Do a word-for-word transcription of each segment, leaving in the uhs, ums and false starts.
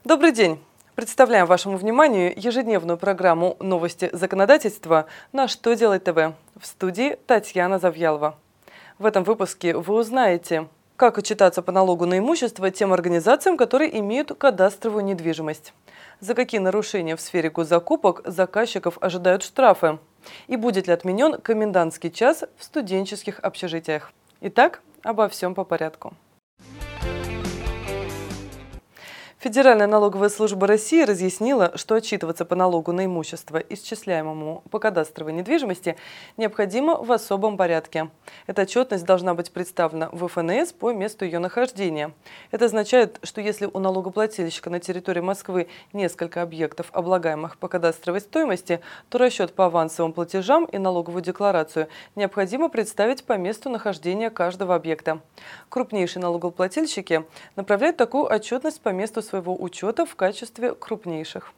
Добрый день! Представляем вашему вниманию ежедневную программу «Новости законодательства» на «Что делать ТВ». В студии Татьяна Завьялова. В этом выпуске вы узнаете, как отчитаться по налогу на имущество тем организациям, которые имеют кадастровую недвижимость, за какие нарушения в сфере госзакупок заказчиков ожидают штрафы, и будет ли отменен комендантский час в студенческих общежитиях. Итак, обо всем по порядку. Федеральная налоговая служба России разъяснила, что отчитываться по налогу на имущество, исчисляемому по кадастровой недвижимости, необходимо в особом порядке. Эта отчетность должна быть представлена в эф эн эс по месту ее нахождения. Это означает, что если у налогоплательщика на территории Москвы несколько объектов, облагаемых по кадастровой стоимости, то расчет по авансовым платежам и налоговую декларацию необходимо представить по месту нахождения каждого объекта. Крупнейшие налогоплательщики направляют такую отчетность по месту своего учета в качестве крупнейших.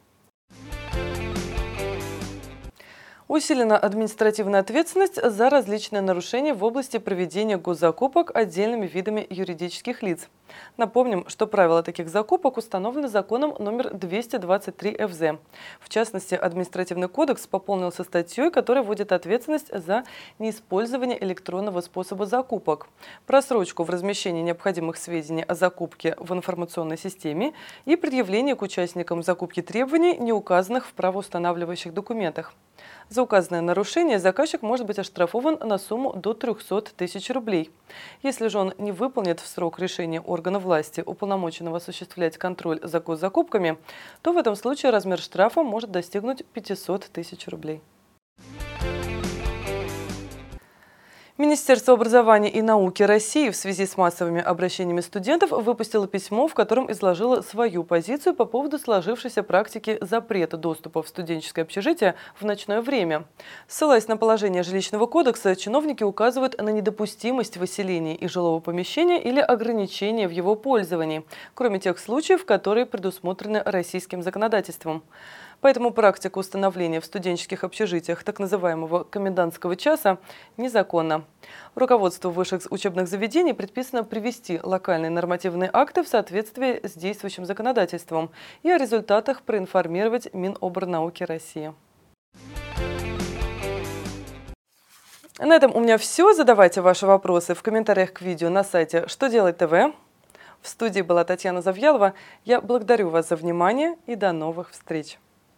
Усилена административная ответственность за различные нарушения в области проведения госзакупок отдельными видами юридических лиц. Напомним, что правила таких закупок установлены законом номер двести двадцать три эф зэ. В частности, административный кодекс пополнился статьей, которая вводит ответственность за неиспользование электронного способа закупок, просрочку в размещении необходимых сведений о закупке в информационной системе и предъявление к участникам закупки требований, не указанных в правоустанавливающих документах. За указанное нарушение заказчик может быть оштрафован на сумму до трёхсот тысяч рублей. Если же он не выполнит в срок решение органа власти, уполномоченного осуществлять контроль за госзакупками, то в этом случае размер штрафа может достигнуть пятисот тысяч рублей. Министерство образования и науки России в связи с массовыми обращениями студентов выпустило письмо, в котором изложило свою позицию по поводу сложившейся практики запрета доступа в студенческое общежитие в ночное время. Ссылаясь на положение жилищного кодекса, чиновники указывают на недопустимость выселения из жилого помещения или ограничения в его пользовании, кроме тех случаев, которые предусмотрены российским законодательством. Поэтому практика установления в студенческих общежитиях так называемого комендантского часа незаконна. Руководству высших учебных заведений предписано привести локальные нормативные акты в соответствии с действующим законодательством и о результатах проинформировать Миноборнауки России. На этом у меня все. Задавайте ваши вопросы в комментариях к видео на сайте «Что делать ТВ». В студии была Татьяна Завьялова. Я благодарю вас за внимание и до новых встреч.